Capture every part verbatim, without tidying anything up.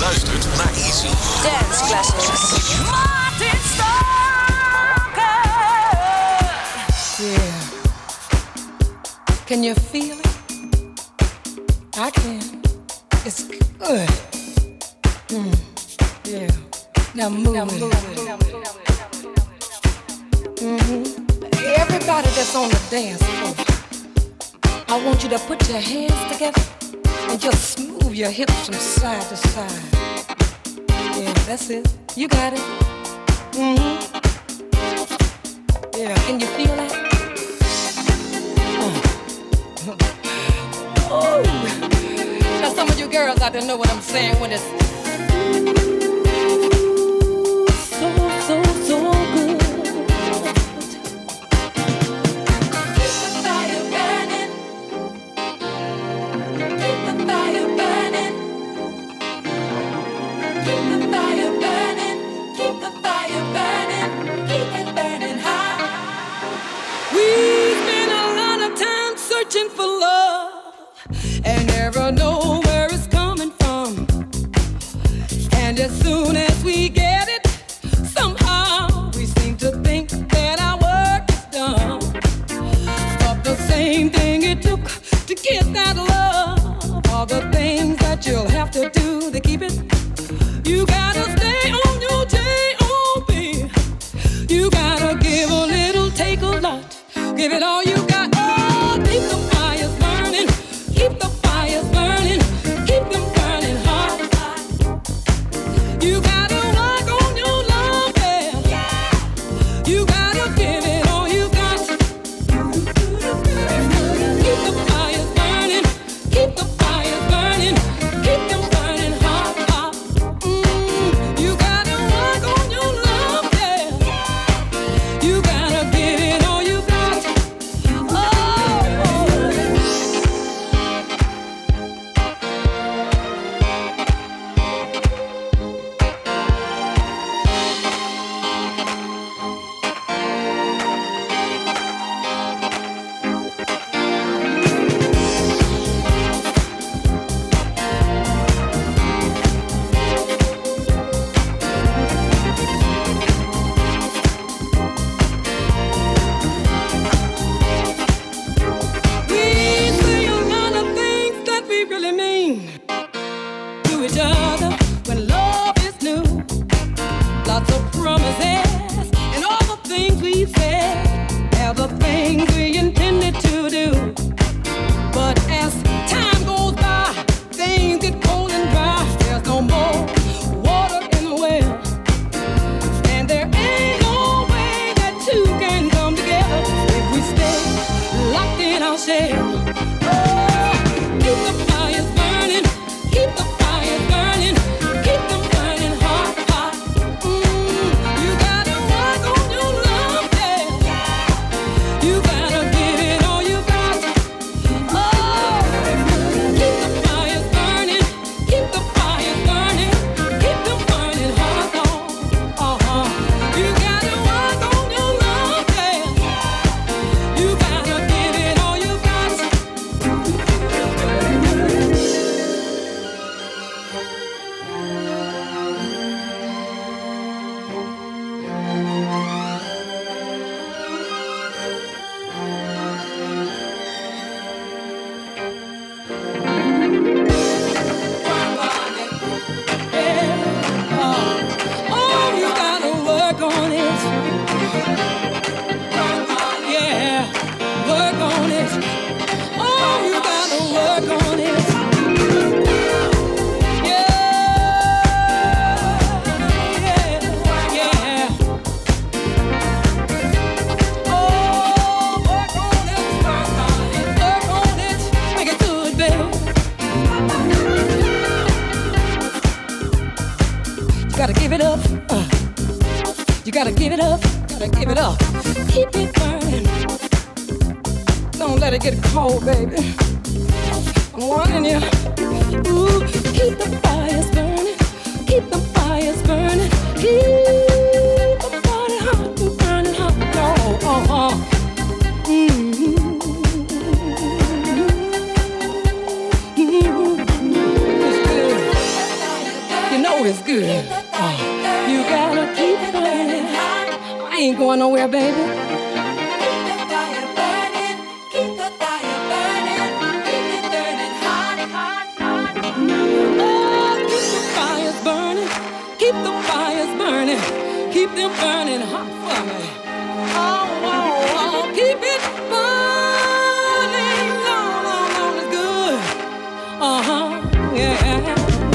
luistert naar Easy. Dance Classics. Martin Starker. Yeah. Can you feel it? I can. It's good. Mm. Yeah. Now move now it. Move it. Mm-hmm. Everybody that's on the dance floor, I want you to put your hands together and just move your hips from side to side. Yeah, that's it. You got it. Mm-hmm. Yeah, can you feel that? Uh. Oh. Now some of you girls out there know what I'm saying when it's so, so, so good. For love and never know where it's coming from. And as soon as we get it, somehow we seem to think that our work is done. But the same thing it took to get that love, all the things that you'll have to do to keep it. You gotta stay on your J O B. You gotta give a little, take a lot. Give it all you got. Keep the fires burning, keep the fires burning, keep them burning hot. You gotta work on your love, yeah. You gotta give it all you got. Keep the fires burning, keep the fires burning, keep them burning hot, hot. Mm, you gotta work on your love, yeah. You gotta give it all you got. know it's good. Oh, you gotta keep it burning. I ain't going nowhere, baby. Keep the fire burning. Keep the fire burning. Keep it burning hot, hot, hot. Oh, keep the fires burning. Keep the fires burning. Keep them burning hot for me. Oh, oh, oh, keep it burning. Long, long, long is good. Uh-huh, yeah.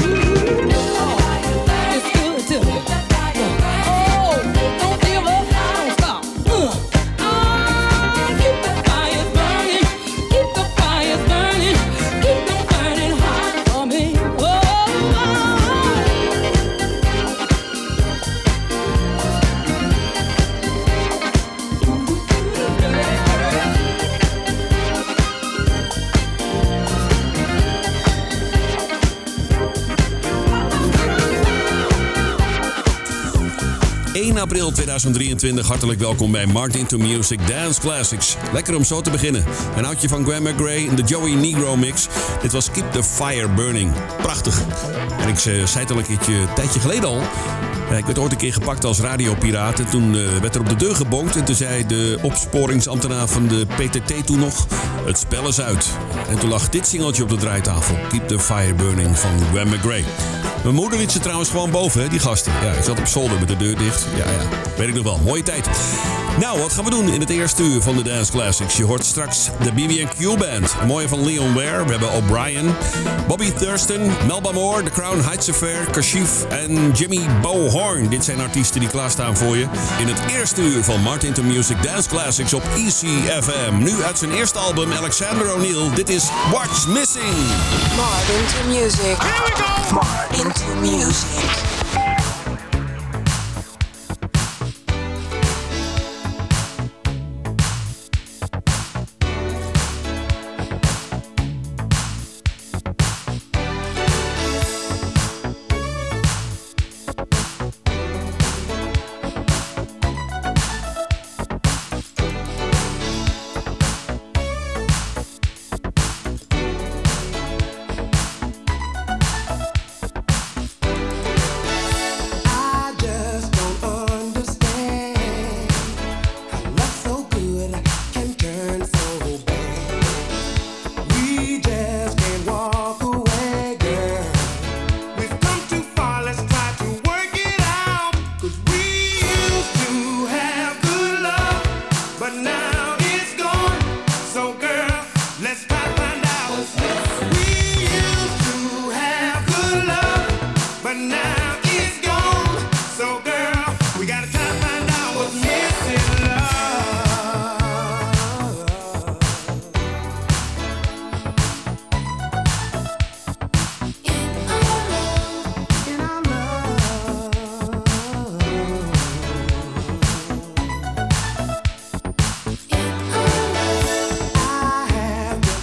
één april tweeduizend drieëntwintig, hartelijk welkom bij Martin to Music Dance Classics. Lekker om zo te beginnen. Een oudje van Graham McRae in de Joey Negro mix. Dit was Keep the Fire Burning. Prachtig. En ik zei het al een keertje, een tijdje geleden al. Ik werd ooit een keer gepakt als radiopiraat en toen uh, werd er op de deur gebonkt. En toen zei de opsporingsambtenaar van de P T T toen nog, het spel is uit. En toen lag dit singeltje op de draaitafel. Keep the Fire Burning van Graham McRae. Mijn moeder liet ze trouwens gewoon boven, hè, die gasten. Ja, ik zat op zolder met de deur dicht. Ja, ja, weet ik nog wel. Mooie tijd. Nou, wat gaan we doen in het eerste uur van de Dance Classics? Je hoort straks de B B and Q Band. Een mooie van Leon Ware. We hebben O'Brien, Bobby Thurston, Melba Moore, The Crown Heights Affair, Kashif en Jimmy Bohorn. Dit zijn artiesten die klaarstaan voor je in het eerste uur van Martin to Music Dance Classics op E C F M. Nu uit zijn eerste album, Alexander O'Neal. Dit is What's Missing. Martin to Music. Here we go. Martin to Music.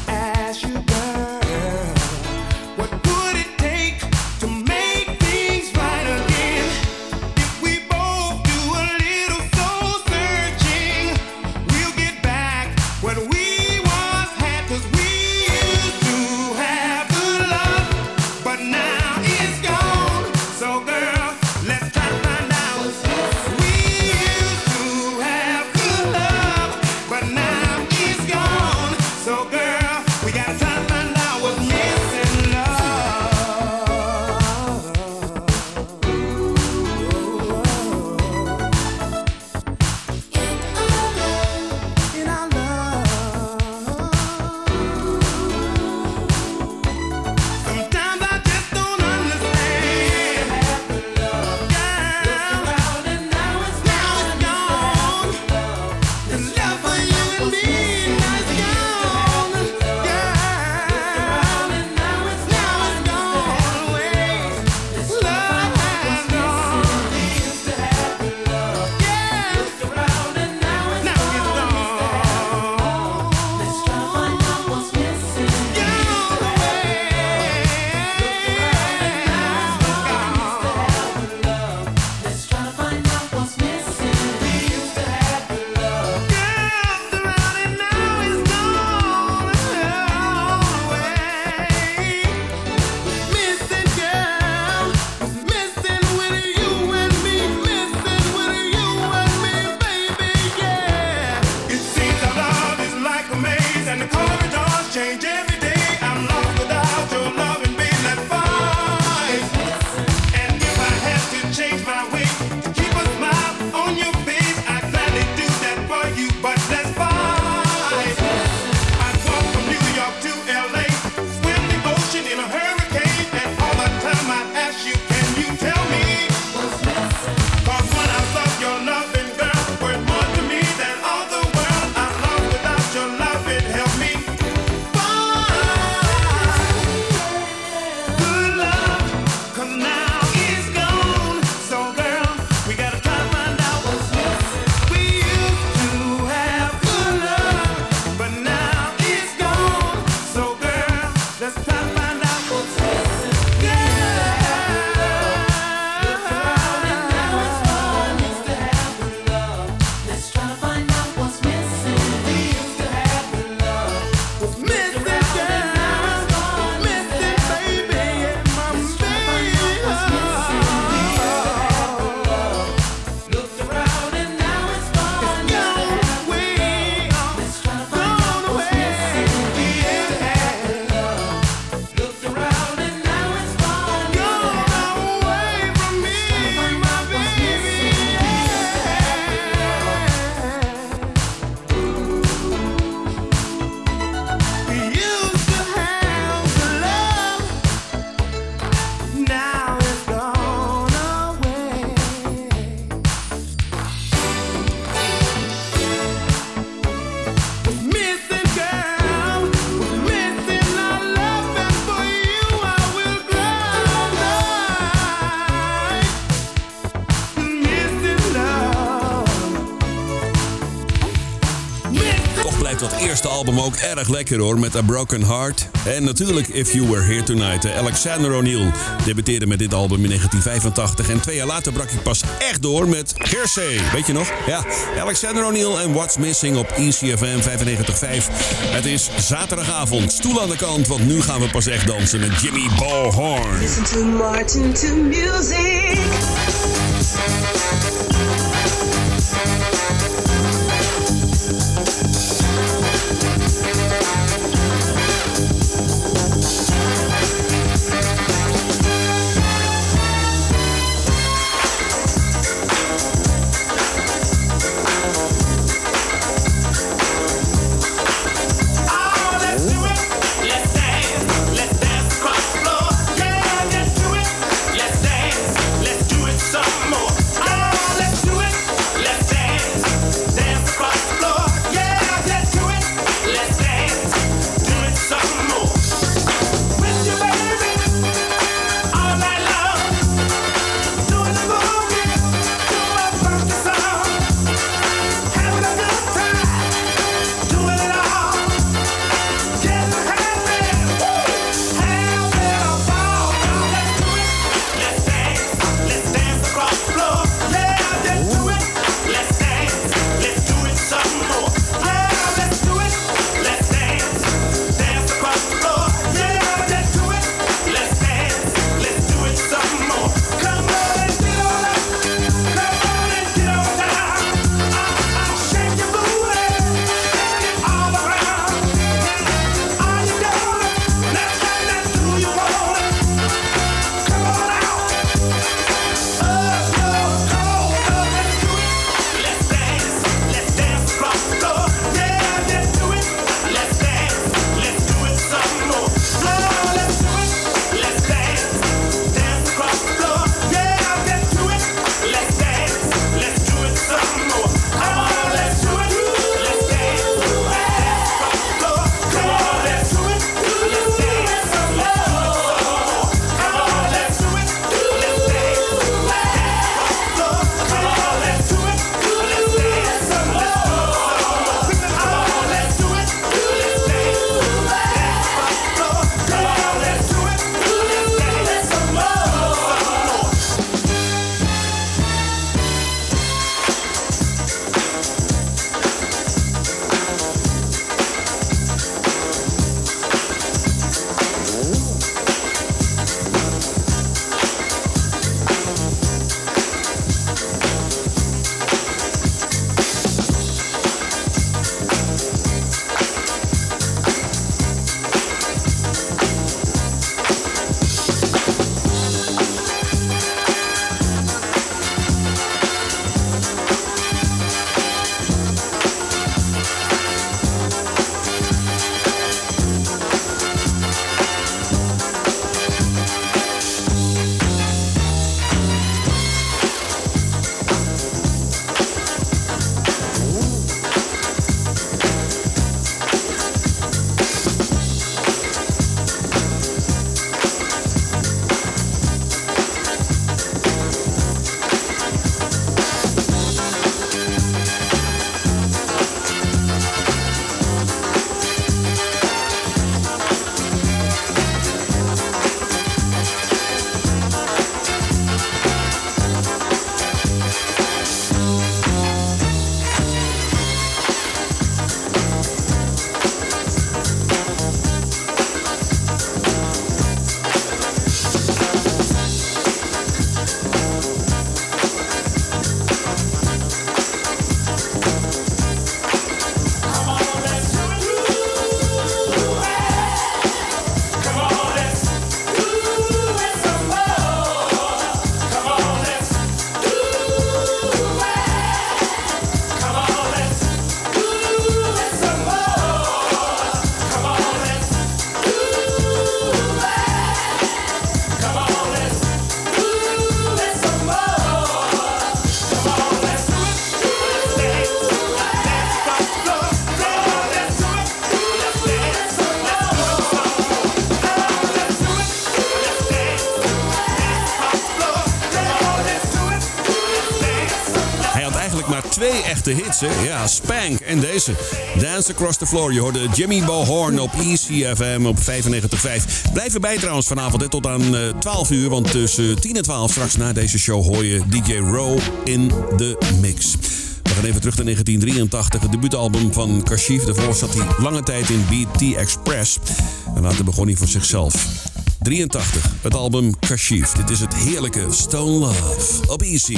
What would it take to make things dat eerste album ook erg lekker hoor, met A Broken Heart. En natuurlijk If You Were Here Tonight. Alexander O'Neal debuteerde met dit album in negentien vijfentachtig. En twee jaar later brak hij pas echt door met Hearsay. Weet je nog? Ja, Alexander O'Neal en What's Missing op E C F M vijfennegentig vijf. Het is zaterdagavond, stoel aan de kant, want nu gaan we pas echt dansen met Jimmy Ballhorn. Listen to Martin to music. Let's do it some more. Oh, let's do it. Let's dance. twee echte hits, hè? Ja, Spank en deze. Dance Across the Floor. Je hoorde Jimmy Bo Horn op E C F M op vijfennegentig vijf. Blijf erbij trouwens vanavond hè, tot aan uh, twaalf uur. Want tussen tien en twaalf straks na deze show hoor je D J Row in de mix. We gaan even terug naar negentien drieëntachtig, het debuutalbum van Kashif. Daarvoor zat hij lange tijd in B T Express. En later begon hij voor zichzelf. drieëntachtig, het album Kashif. Dit is het heerlijke Stone Love op Easy.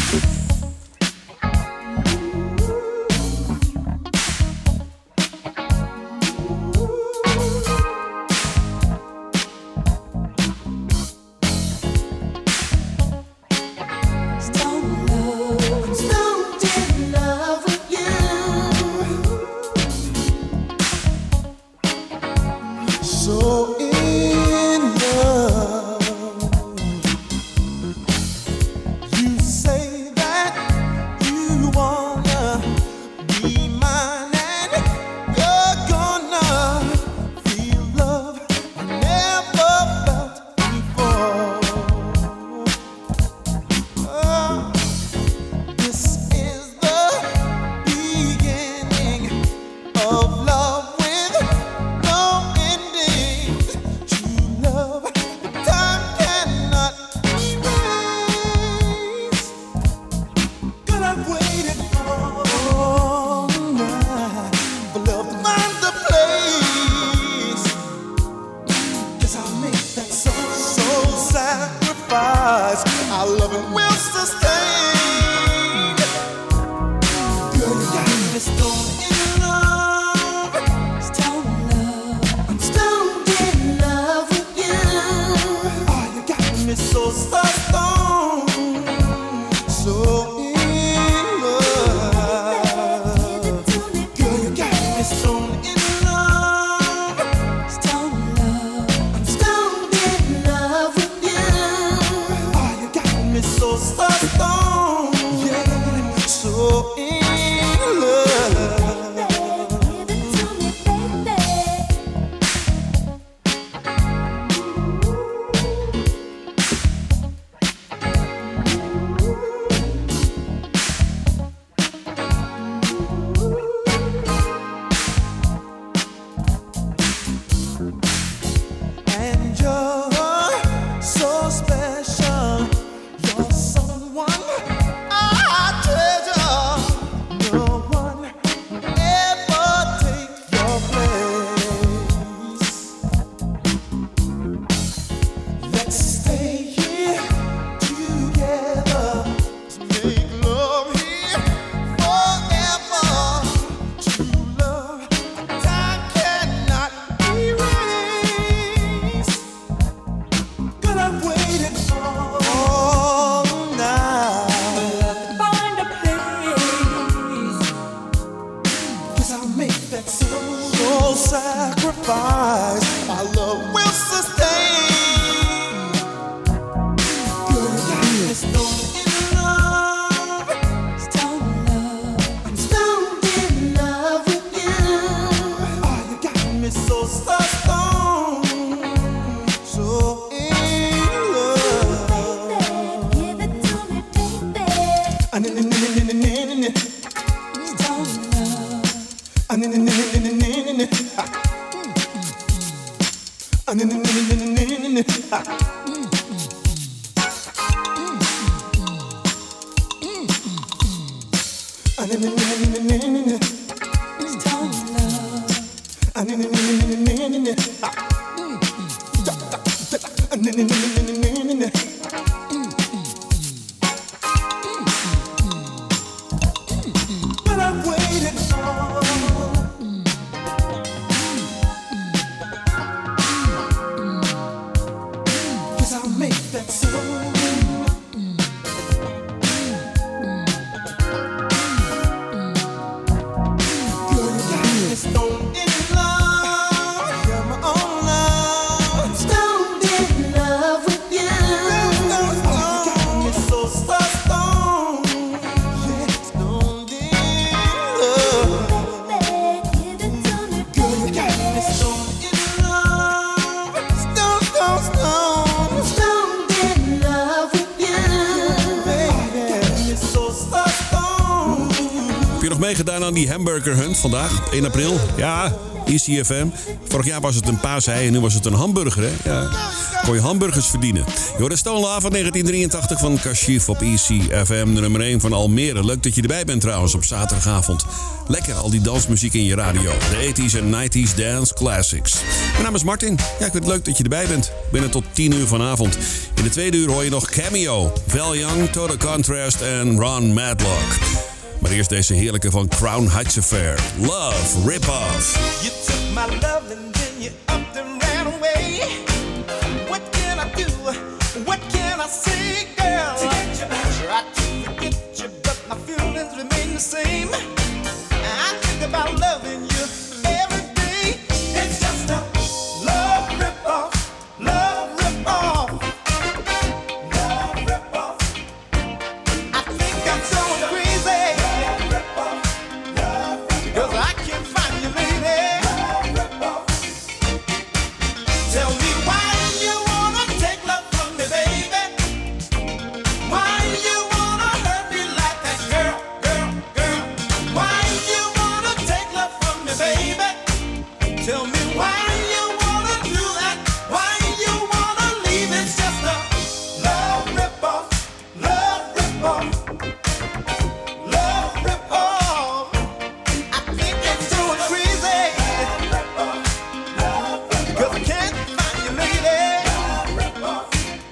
je nog meegedaan aan die hamburger hunt vandaag, één april? Ja, E C F M. Vorig jaar was het een paasei en nu was het een hamburger, hè? Ja, kon je hamburgers verdienen. Je hoorde Stone Love van negentien drieëntachtig van Kashif op E C F M, de nummer één van Almere. Leuk dat je erbij bent trouwens op zaterdagavond. Lekker, al die dansmuziek in je radio. De eighties en nineties dance classics. Mijn naam is Martin. Ja, ik vind het leuk dat je erbij bent. Binnen tot tien uur vanavond. In de tweede uur hoor je nog Cameo, Val Young, Total Contrast en Ron Madlock. Maar eerst deze heerlijke van Crown Heights Affair. Love, Rip Off. You took my love and then you upped and ran away. What can I do? What can I say, girl? To get you back. Tried to forget you, but my feelings remain the same. I think about loving you every day. It's just a love rip-off, love rip-off, love rip-off. I think I'm so crazy. Love rip-off, love rip-off. 'Cause I can't find you, lady. Love rip-off. Tell me why you wanna take love from me, baby. Why you wanna hurt me like that, girl, girl, girl? Why you wanna take love from me, baby? Tell me why you wanna do that. Why you wanna leave? It's just a love rip-off, love rip-off, love rip-off. I think it's so crazy. Love rip-off, love rip-off. 'Cause I can't find you, lady. Love rip-off.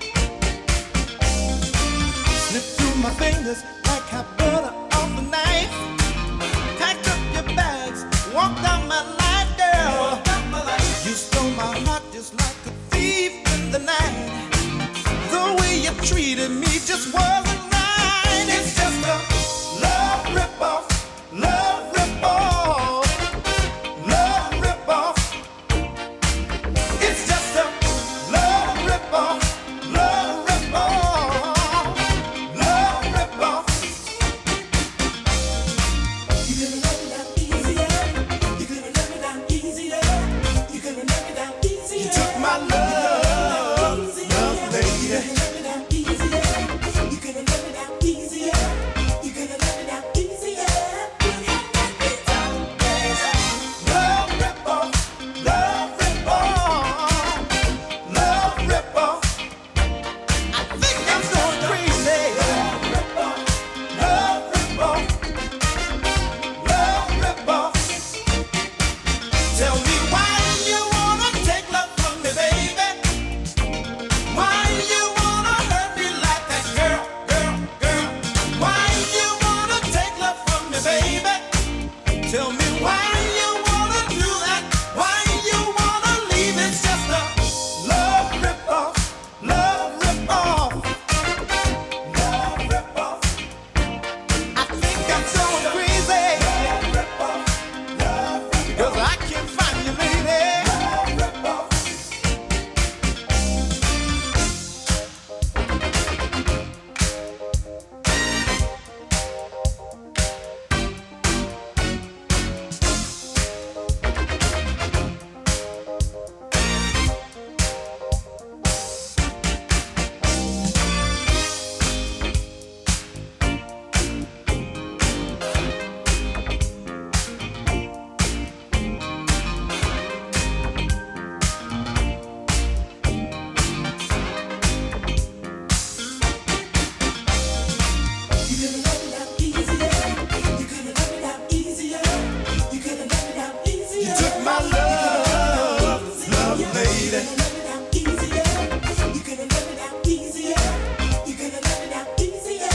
Slip through my fingers like hot butter off a knife. Packed up your bags, walked out my life, girl. You stole my heart just like a thief in the night. The way you treated me just wasn't right. It's just a love rip-off, love rip-off, love rip-off. It's just a love rip-off, love rip-off, love rip-off. You could've let me down easier. You could've let me down easier. You could've let me down easier. You took my love, love lady. You could've let me down easier. You could've let me down easier. You could've let me down easier. Love rip-off, love rip-off, love rip-off. I think I'm going crazy. Love rip-off, love rip-off, love rip-off. Tell me why you wanna take love from me, baby. Why you wanna hurt me like that, girl, girl, girl? Why you wanna take love from me, baby? Tell me why you wanna do that. Why you wanna leave? It's just a love rip-off, love rip-off, love rip-off. I think I'm so crazy. Love rip-off, love rip-off. 'Cause I can't find you, lady. Love rip-off. You could've let me down easier. You could've let me down easier. You could've let me down easier. You took my love, love lady. You could've let me down easier. You could've let me down easier. You could've let me down easier.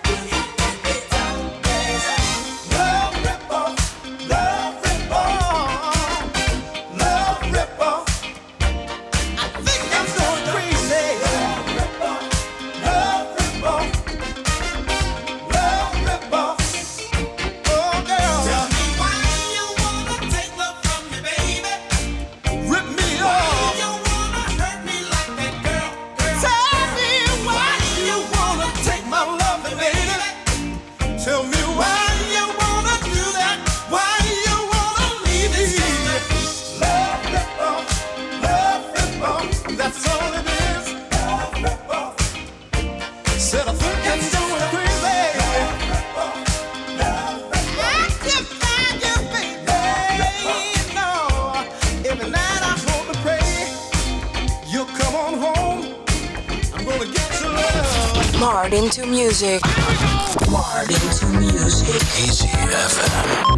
Love rip-off, love rip-off, love rip-off. I think I'm going crazy. Love rip-off, love rip-off, love rip-off. Oh, girl. Tell me why you wanna take love from me, baby. Rip me off. Why you wanna hurt me like that, girl, girl? Tell me why you wanna take my love, baby. Tell me why you wanna do that. Why you wanna leave me? Love rip-off, love rip-off. That's all it is. Love rip-off. Said I think I'm going crazy. Love rip-off, love rip-off. Martin to music. Martin to music. Easy F M.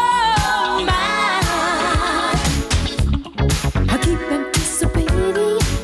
Keep anticipating.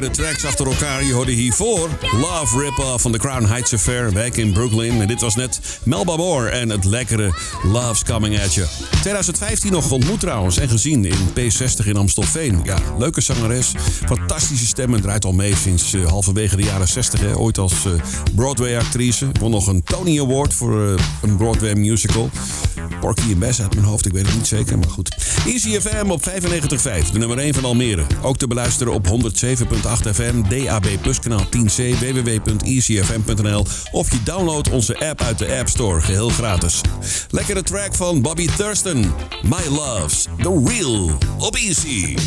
lekkere tracks achter elkaar. Je hoorde hiervoor Love Rip-Off van The Crown Heights Affair, back in Brooklyn. En dit was net Melba Moore en het lekkere Love's Coming At You. twintig vijftien nog ontmoet trouwens en gezien in P zestig in Amstelveen. Ja, leuke zangeres, fantastische stem en draait al mee sinds uh, halverwege de jaren zestig. Hè. Ooit als uh, Broadway-actrice. Won nog een Tony Award voor uh, een Broadway musical. Porky en Bess uit mijn hoofd, ik weet het niet zeker, maar goed. Easy F M op vijfennegentig komma vijf, de nummer één van Almere. Ook te beluisteren op honderdzeven komma acht F M, D A B plus kanaal tien C, w w w punt easy f m punt n l of je downloadt onze app uit de App Store, geheel gratis. Lekkere track van Bobby Thurston, My Love's The Real op Easy.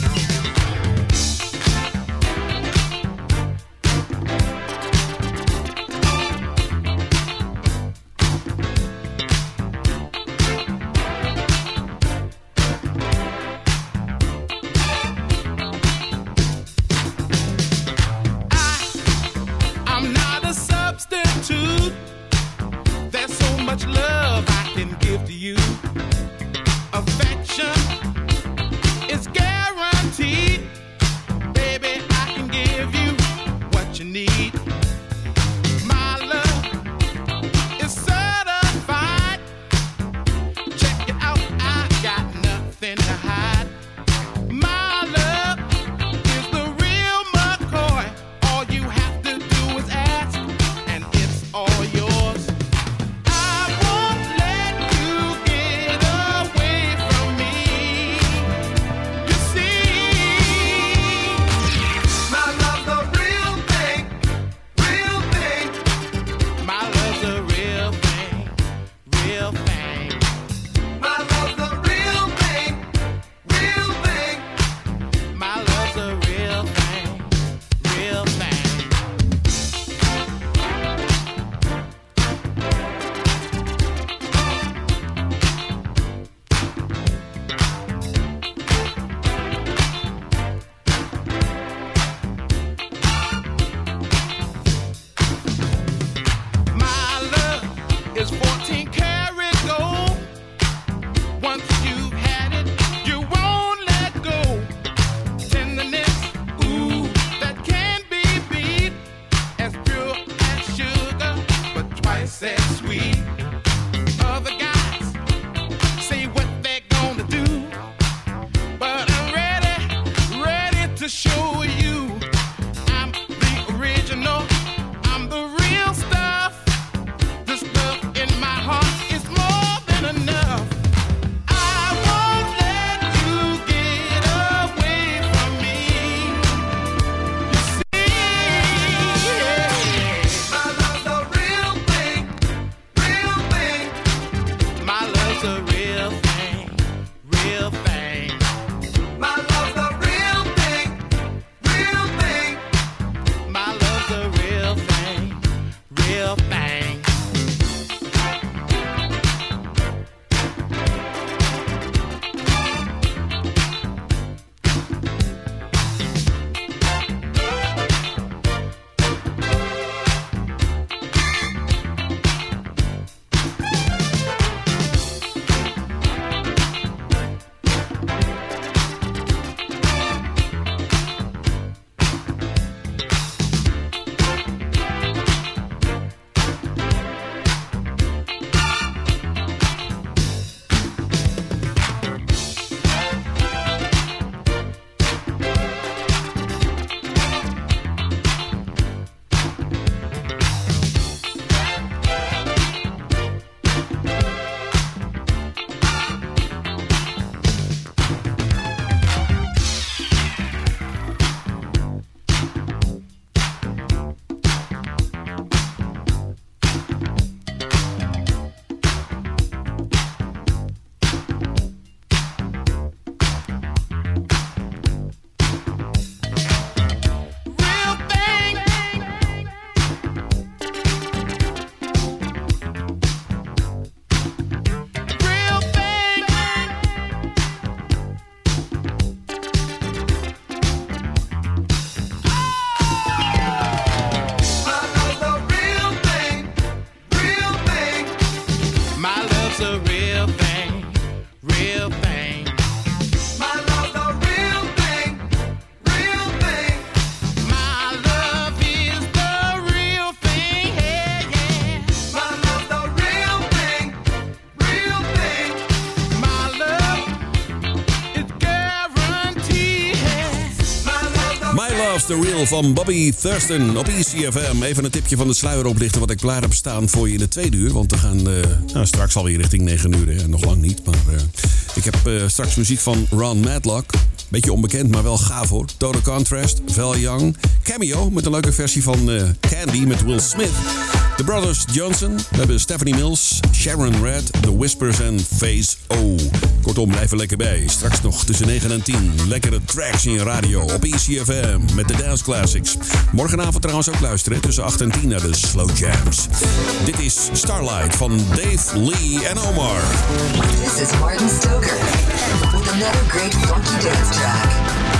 My Across the Reel van Bobby Thurston op E C F M. Even een tipje van de sluier oplichten wat ik klaar heb staan voor je in de tweede uur. Want we gaan uh, nou, straks alweer richting negen uur. Hè. Nog lang niet, maar uh, ik heb uh, straks muziek van Ron Matlock. Beetje onbekend, maar wel gaaf hoor. Total Contrast, Val Young. Cameo met een leuke versie van uh, Candy met Will Smith. The Brothers Johnson. We hebben Stephanie Mills, Sharon Red, The Whispers en Phase O. Kortom, blijf er lekker bij. Straks nog tussen negen en tien. Lekkere tracks in je radio op E C F M met de Dance Classics. Morgenavond trouwens ook luisteren tussen acht en tien naar de Slow Jams. Dit is Starlight van Dave, Lee en Omar. This is Martin Stoker with another great funky dance track.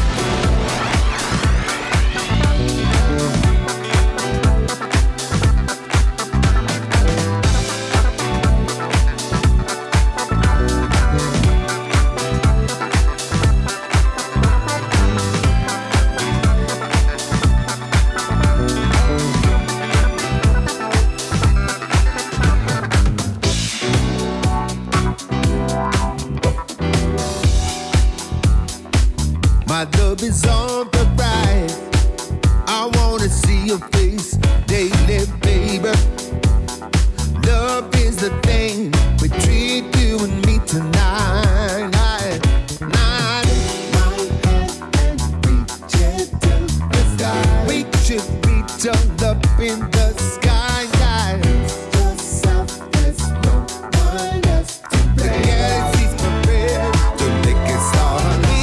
My love is on the rise. I wanna see your face daily, baby. Love is the thing between you and me tonight. Night, night. My hand and reach it to the sky. We should reach all up in the sky. Yourself, there's no one else to blame. The galaxy's prepared to make it start.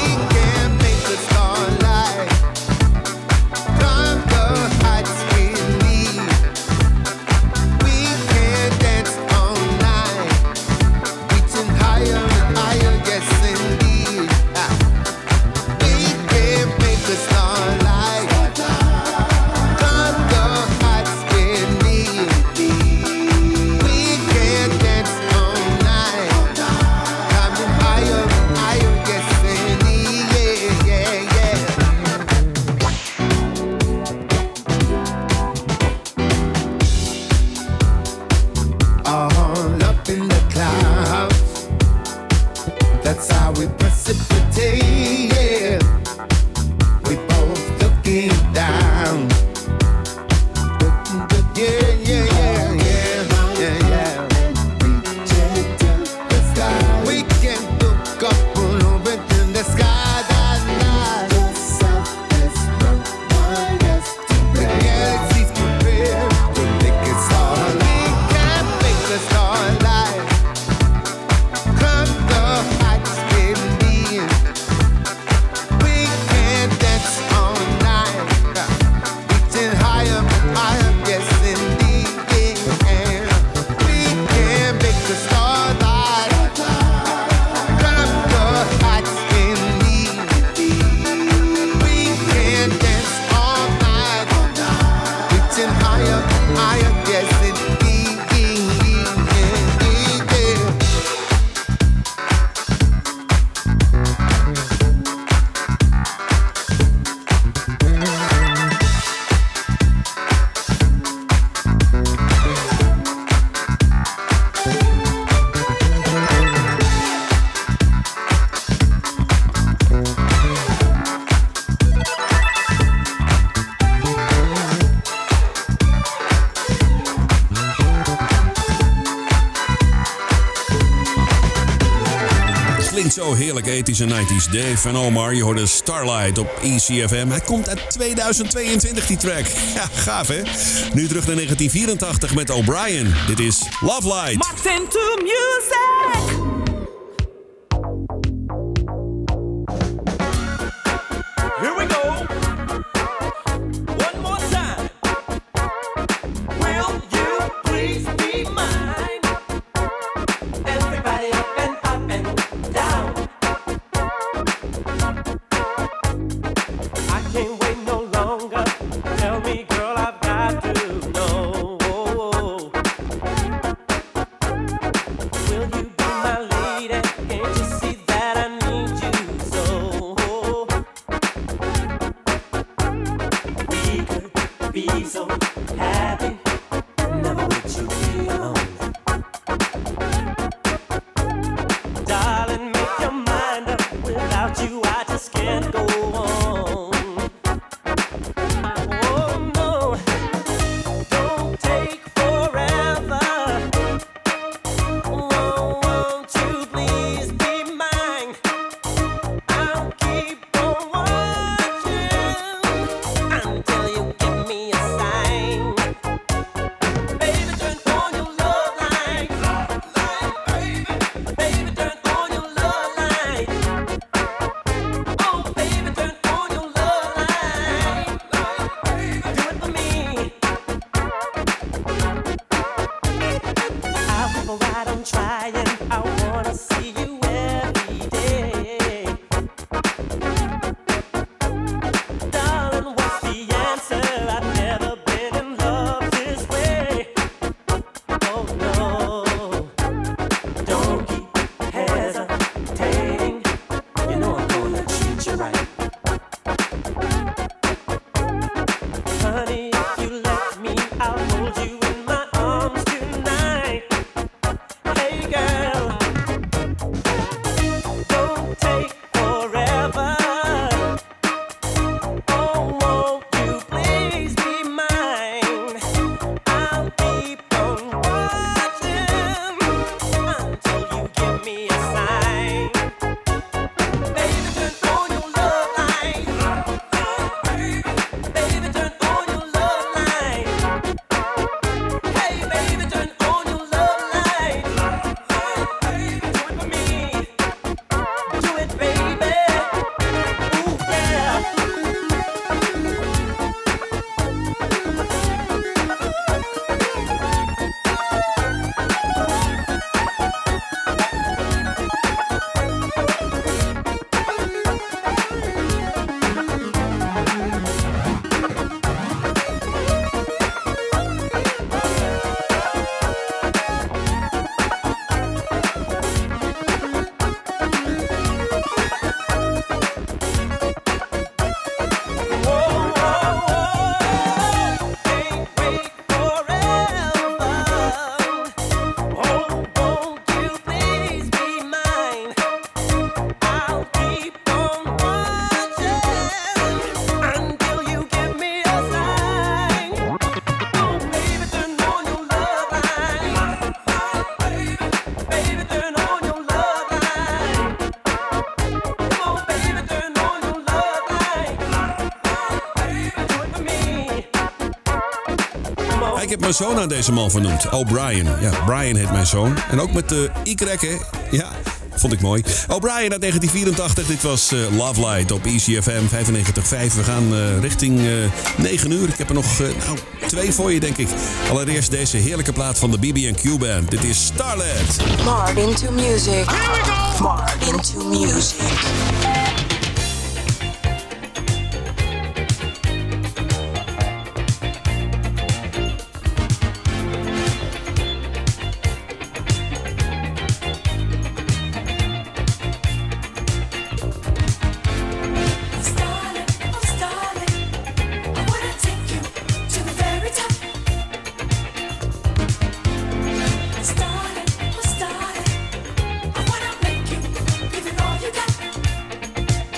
Zo heerlijk ethische nineties. Dave en Omar, je hoorde Starlight op E C F M. Hij komt uit tweeduizend tweeëntwintig, die track. Ja, gaaf hè? Nu terug naar negentien vierentachtig met O'Brien. Dit is Love Light. Martin to music. Here we go. One more time. Will you please be mine? Everybody up and up and down. I can't wait no longer. Tell me, girl, I've got to know. Will you be my lady? Can't you see that I need you so? We could be so happy. Never would you be alone. Darling, make your mind up. Without you, I just can't go on. Ik heb mijn zoon aan deze man vernoemd. O'Brien. Ja, Brian heet mijn zoon. En ook met de Y, hè. Ja, vond ik mooi. O'Brien uit negentien vierentachtig. Dit was uh, Love Light op E C F M vijfennegentig komma vijf. We gaan uh, richting uh, negen uur. Ik heb er nog uh, nou, twee voor je, denk ik. Allereerst deze heerlijke plaat van de B B and Q Band. Dit is Starlet. Marred into music. Here we go. Marred into music. Started, I wanna make you give it all you got.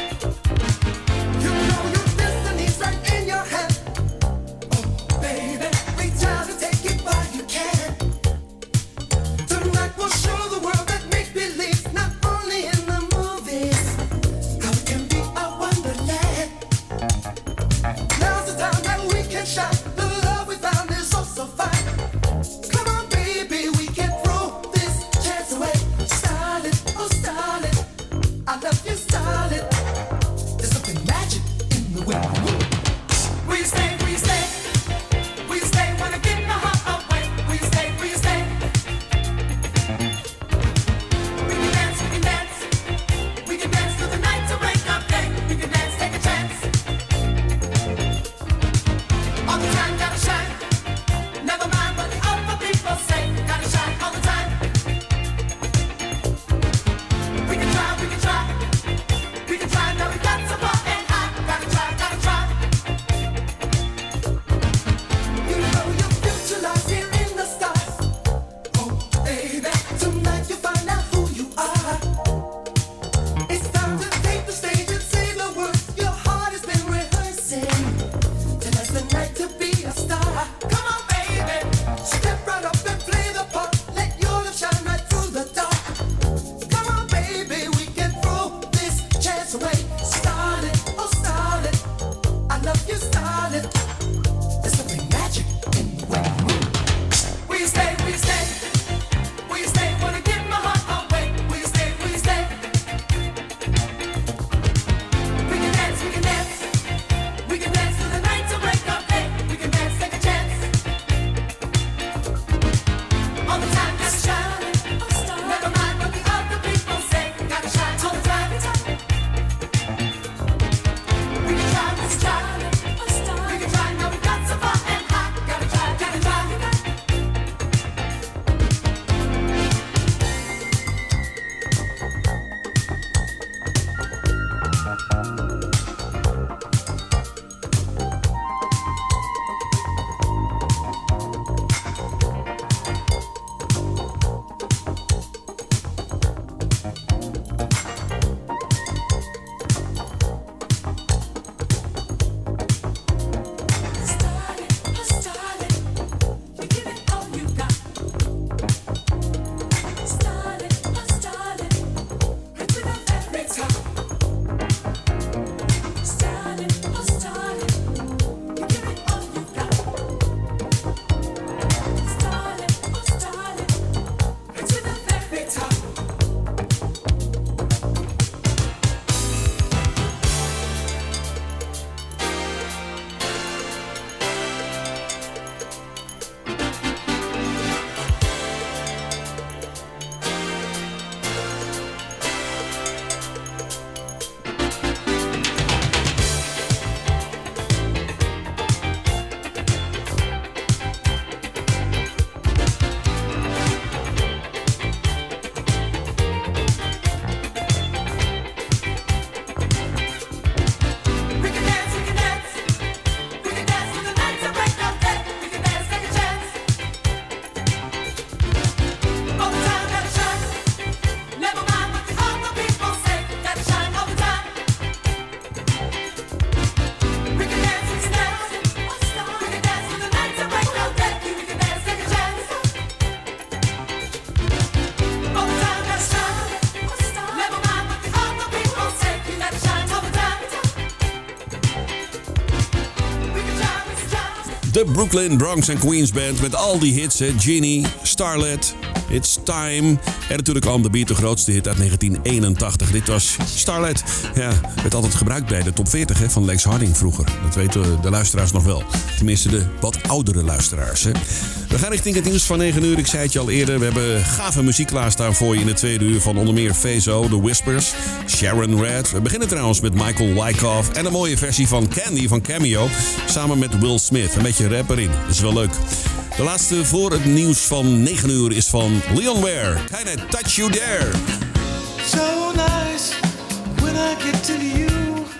De Brooklyn, Bronx en Queens Band met al die hits. Hè. Genie, Starlet, It's Time. En natuurlijk On The Beat, de grootste hit uit negentien eenentachtig. Dit was Starlet. Ja, werd altijd gebruikt bij de top veertig hè, van Lex Harding vroeger. Dat weten de luisteraars nog wel. Tenminste, de wat oudere luisteraars. Hè. We gaan richting het nieuws van negen uur. Ik zei het je al eerder. We hebben gave muziek klaarstaan voor je in het tweede uur van onder meer Fazo, The Whispers, Sharon Red. We beginnen trouwens met Michael Wyckoff en een mooie versie van Candy van Cameo. Samen met Will Smith. Een beetje rap erin. Dat is wel leuk. De laatste voor het nieuws van negen uur is van Leon Ware. Kinda Touch You There. So nice when I get to you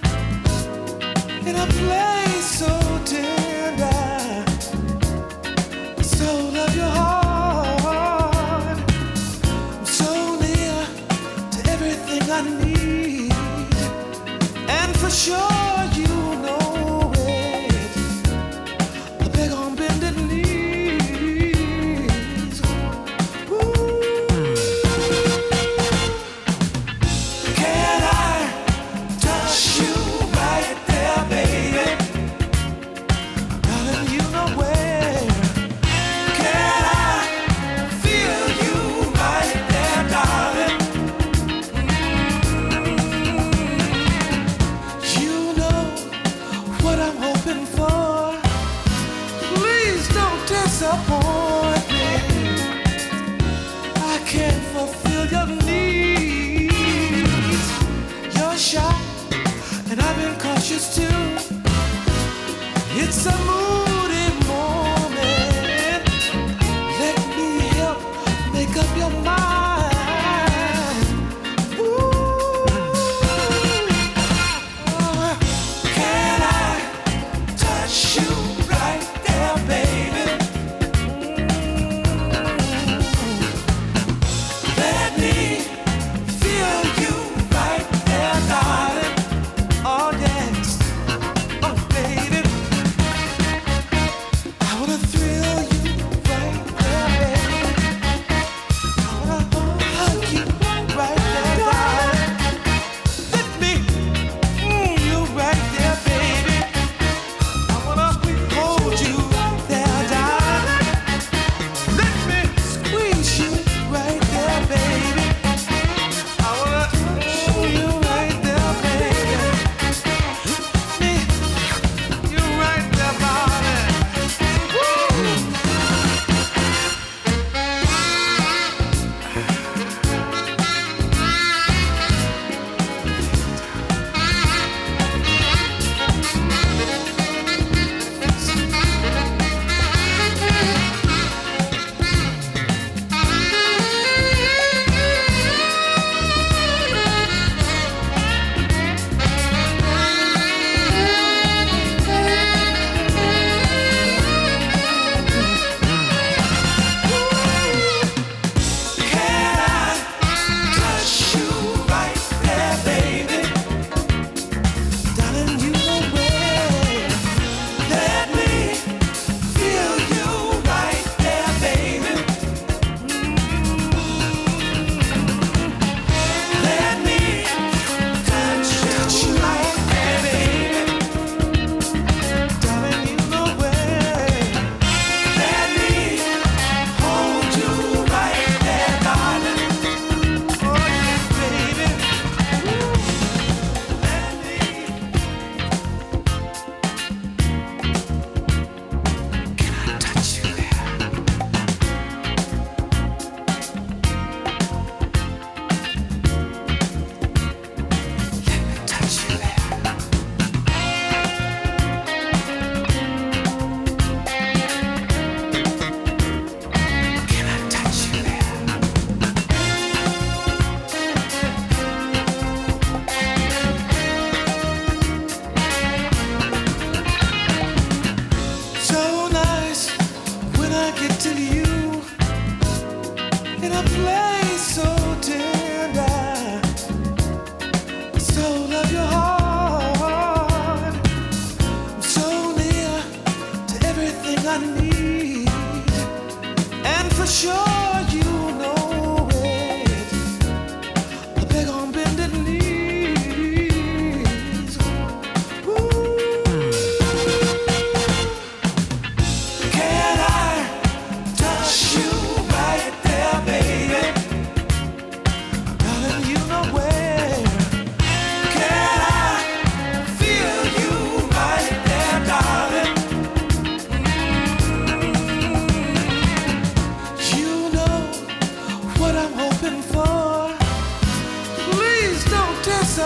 in a place so tender. So love your heart. I'm so near to everything I need. And for sure you know it. I beg on bended knee. It's a moody moment. Let me help make up your mind. Ooh. Uh, can I touch you right there, baby? Mm. Let me feel you right there, darling. Oh, yes. Oh, baby.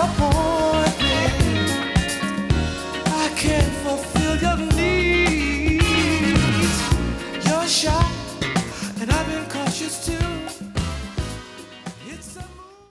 point.